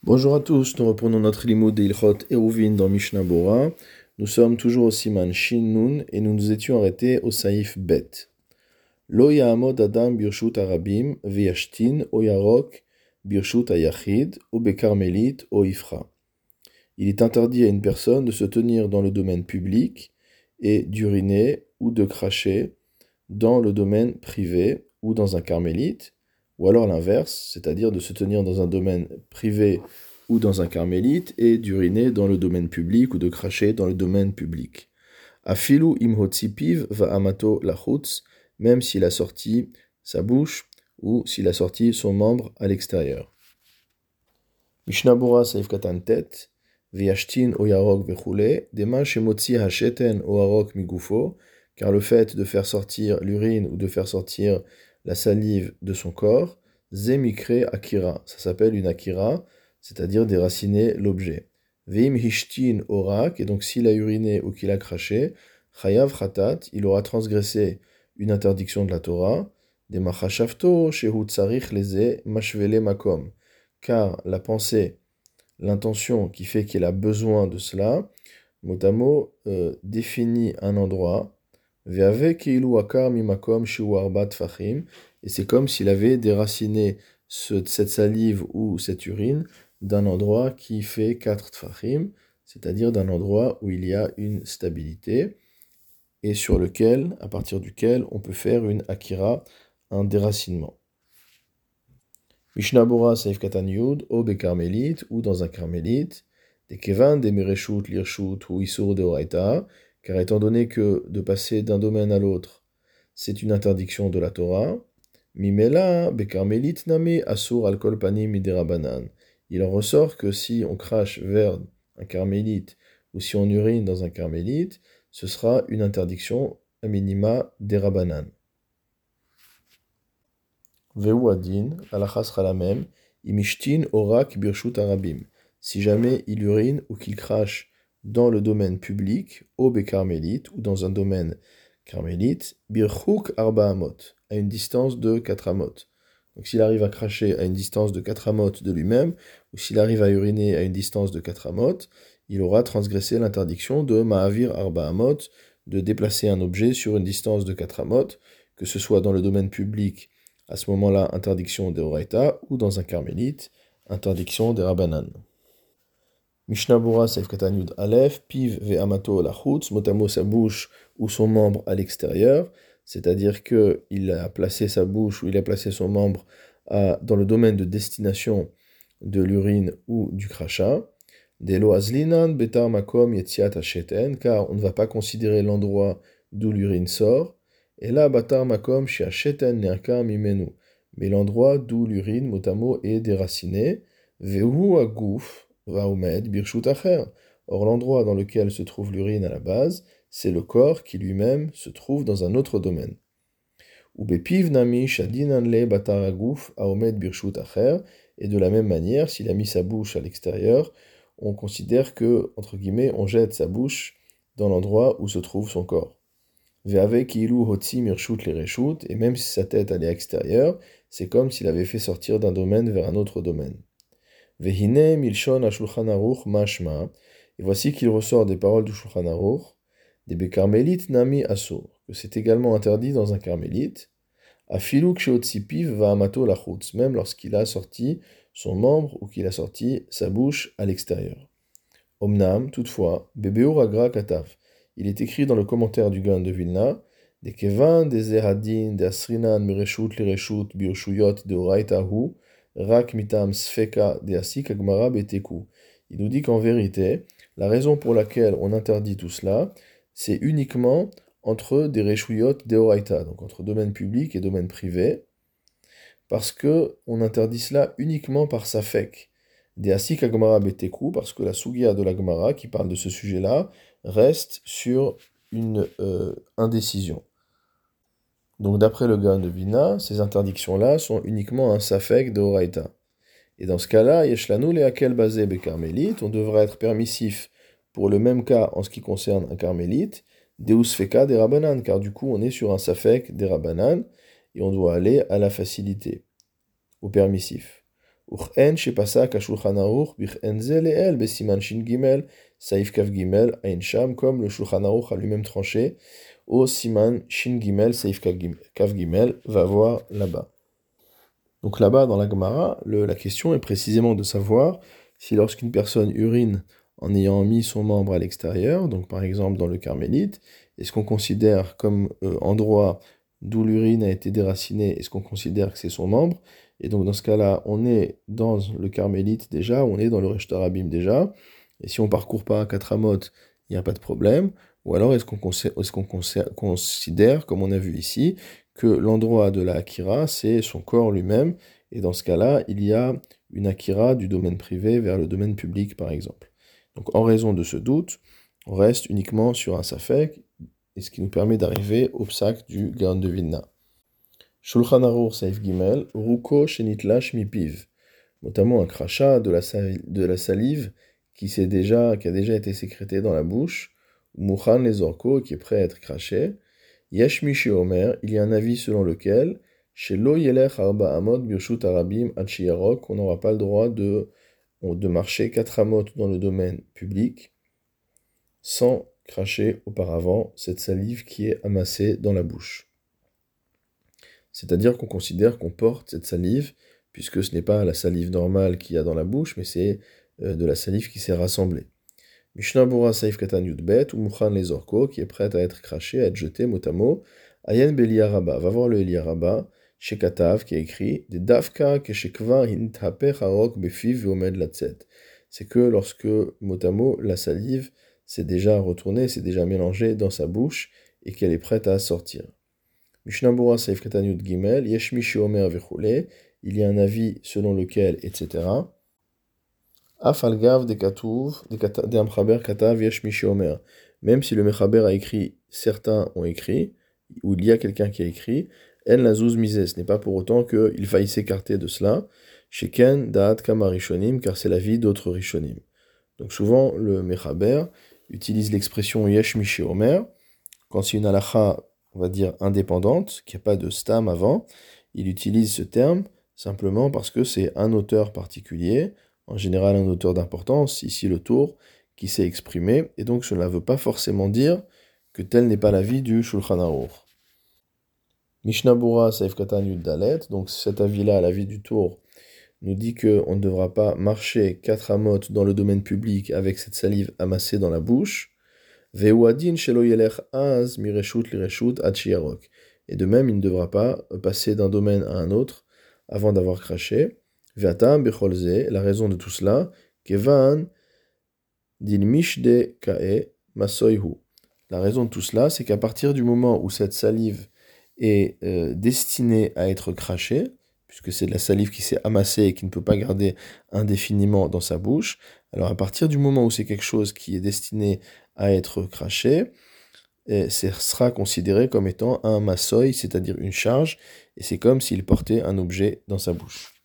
Bonjour à tous, nous reprenons notre limoud de Ilchot Eruvin dans Mishnah Bora. Nous sommes toujours au siman Shin Nun et nous nous étions arrêtés au saïf Bet. Lo ya'amod adam birshut arabim veyashtin o yarok birshut ayachid o bekarmelit o ifra. Il est interdit à une personne de se tenir dans le domaine public et d'uriner ou de cracher dans le domaine privé ou dans un carmélite, ou alors l'inverse, c'est-à-dire de se tenir dans un domaine privé ou dans un carmélite et d'uriner dans le domaine public ou de cracher dans le domaine public. Afilu imhotzipiv va amato lachutz, même s'il a sorti sa bouche ou s'il a sorti son membre à l'extérieur. Mishnah Bora Saif Katan Tet, Veyashtin o yarok vechule, dema shemotzi hasheten o arok migufo, car le fait de faire sortir l'urine ou de faire sortir la salive de son corps, zemikre akira, ça s'appelle une akira, c'est-à-dire déraciner l'objet. Veim hishtin orak, et donc s'il a uriné ou qu'il a craché, chayav chatat, il aura transgressé une interdiction de la Torah, dema chashavto shehu tsarich leze mashvele makom, car la pensée, l'intention qui fait qu'il a besoin de cela, mot à mot, définit un endroit, et c'est comme s'il avait déraciné cette salive ou cette urine d'un endroit qui fait 4 tfachim, c'est-à-dire d'un endroit où il y a une stabilité, et sur lequel, à partir duquel, on peut faire une akira, un déracinement. Mishnah Bora Saif Katan Yud, o bekarmélite, ou dans un carmélite, des kevan, des mereshut, lirshut, ou isur de oraita, car étant donné que de passer d'un domaine à l'autre, c'est une interdiction de la Torah, mimela, bekarmélite nami, asur alkol panim miderabanan. Il en ressort que si on crache vers un carmélite, ou si on urine dans un carmélite, ce sera une interdiction à minima derabanan. Veu adin, halakha sera la même, imishtin orak birshut arabim. Si jamais il urine ou qu'il crache dans le domaine public, au bekarmélite, ou dans un domaine carmélite, birchuk arba amot, à une distance de 4 amot. Donc s'il arrive à cracher à une distance de 4 amot de lui-même, ou s'il arrive à uriner à une distance de 4 amot, il aura transgressé l'interdiction de ma'avir arba amot, de déplacer un objet sur une distance de 4 amot, que ce soit dans le domaine public, à ce moment-là, interdiction des Oraita, ou dans un carmélite, interdiction des Rabbanan. Mishnah Bora Saif Katan Yud Aleph, Piv ve Amato Lachutz, motamo sa bouche ou son membre à l'extérieur, c'est-à-dire qu'il a placé sa bouche ou il a placé son membre dans le domaine de destination de l'urine ou du crachat. Delo azlinan betar makom yetziat hasheten, car on ne va pas considérer l'endroit d'où l'urine sort. Et là, batar makom shecheten nerka mimenu, mais l'endroit d'où l'urine, motamo, est déraciné, vehu agouf vaomed birshut acher. Or, l'endroit dans lequel se trouve l'urine à la base, c'est le corps qui lui-même se trouve dans un autre domaine. Ou bepiv nami shadinanle batar agouf aomed birshut acher, et de la même manière, s'il a mis sa bouche à l'extérieur, on considère que, entre guillemets, on jette sa bouche dans l'endroit où se trouve son corps. Ve'avek ilu hotzi mirshut lereshut, et même si sa tête allait extérieure, c'est comme s'il avait fait sortir d'un domaine vers un autre domaine. Ve'hine milshon ha-shulchan aruch mashma, et voici qu'il ressort des paroles du Shulchan Aruch, des bekarmélite nami asur, que c'est également interdit dans un carmélite, afilu ksheotzipiv va amato lachutz, même lorsqu'il a sorti son membre ou qu'il a sorti sa bouche à l'extérieur. Omnam, toutefois, bebeur agra katav, il est écrit dans le commentaire du Gaon de Vilna, des kevan, des ehadin, des asrinan, mereshut, lereshut, birshuyot, de oraitahu, rak mitam sfeka, de asik agmara beteku. Il nous dit qu'en vérité, la raison pour laquelle on interdit tout cela, c'est uniquement entre des reshuyot, des oraita, donc entre domaine public et domaine privé, parce que on interdit cela uniquement par safek. Des asik agmara beteku, parce que la sugia de la Gemara, qui parle de ce sujet-là, reste sur une indécision. Donc d'après le Gaon de Vilna, ces interdictions-là sont uniquement un safek de Horaïta. Et dans ce cas-là, yeshlanu leakel basé bekarmélite, on devrait être permissif pour le même cas en ce qui concerne un carmélite, deus feka des rabanan, car du coup on est sur un safek des rabanan, et on doit aller à la facilité, au permissif. Uch'en shepasak hashulchan aruch bich'en ze le'el besiman shin gimel saif kaf gimel ain sham, comme le shulchan aruch a lui-même tranché au siman shin gimel saif kaf gimel, va voir là-bas. Donc là-bas, dans la Gemara, la question est précisément de savoir si lorsqu'une personne urine en ayant mis son membre à l'extérieur, donc par exemple dans le carmélite, est-ce qu'on considère comme endroit d'où l'urine a été déracinée, est-ce qu'on considère que c'est son membre? Et donc dans ce cas-là, on est dans le carmélite déjà, on est dans le Resh Tarabim déjà, et si on parcourt pas 4 amot, il n'y a pas de problème. Ou alors est-ce qu'on considère, comme on a vu ici, que l'endroit de la Akira, c'est son corps lui-même, et dans ce cas-là, il y a une Akira du domaine privé vers le domaine public, par exemple. Donc en raison de ce doute, on reste uniquement sur un Safek, et ce qui nous permet d'arriver au psak du Gaon de Vilna. Shulchan Aruch Saif Gimel, Ruko Shenitlash Mipiv, notamment un crachat de la salive qui a déjà été sécrétée dans la bouche, ou Mouchan les orko, qui est prêt à être craché. Yesh Mishi Omer, il y a un avis selon lequel, chez Lo Yelech Arba Amot Birshut Arabim Achiyarok, on n'aura pas le droit de marcher 4 amot dans le domaine public sans cracher auparavant cette salive qui est amassée dans la bouche. C'est-à-dire qu'on considère qu'on porte cette salive, puisque ce n'est pas la salive normale qu'il y a dans la bouche, mais c'est de la salive qui s'est rassemblée. Mishnah Bura Saif Katan Yudbet, ou Mouchan les Orko, qui est prête à être crachée, à être jetée mot à mot. Ayen Beliaraba, va voir le Eliaraba, chez Katav, qui a écrit des Davka Keshekva Hintaper Harok Befiv Omed Latzet. C'est que lorsque mot à mot, la salive s'est déjà retournée, s'est déjà mélangée dans sa bouche, et qu'elle est prête à sortir. Mishnah Bura Saif Katan Yud Gimel, Yesh Mishi Omer Vechule, il y a un avis selon lequel, etc. Afalgav de Katouv, de Amchaber Katav Yesh Mishi Omer. Même si le Mechaber a écrit, certains ont écrit, ou il y a quelqu'un qui a écrit, En Lazouz Misé, ce n'est pas pour autant qu'il faille s'écarter de cela. Sheken Da'at Kama Rishonim, car c'est l'avis d'autres Rishonim. Donc souvent, le Mechaber utilise l'expression Yesh Mishi Omer, quand c'est une halacha, on va dire indépendante, qu'il n'y a pas de stam avant, il utilise ce terme simplement parce que c'est un auteur particulier, en général un auteur d'importance, ici le Tour, qui s'est exprimé, et donc cela ne veut pas forcément dire que tel n'est pas l'avis du Shulchan Aruch. Mishnah Bura Saif Katan Yud Dalet, donc cet avis-là, l'avis du Tour, nous dit qu'on ne devra pas marcher 4 amot dans le domaine public avec cette salive amassée dans la bouche. Ve'uadin shelo yelech az mireshut lireshut ad sheyarok. Et de même, il ne devra pas passer d'un domaine à un autre avant d'avoir craché. Ve'atam becholze, la raison de tout cela, kevan dil mishde kae masoihu. La raison de tout cela, c'est qu'à partir du moment où cette salive est destinée à être crachée, puisque c'est de la salive qui s'est amassée et qui ne peut pas garder indéfiniment dans sa bouche, alors à partir du moment où c'est quelque chose qui est destiné à être craché, et ce sera considéré comme étant un massoï, c'est-à-dire une charge, et c'est comme s'il portait un objet dans sa bouche.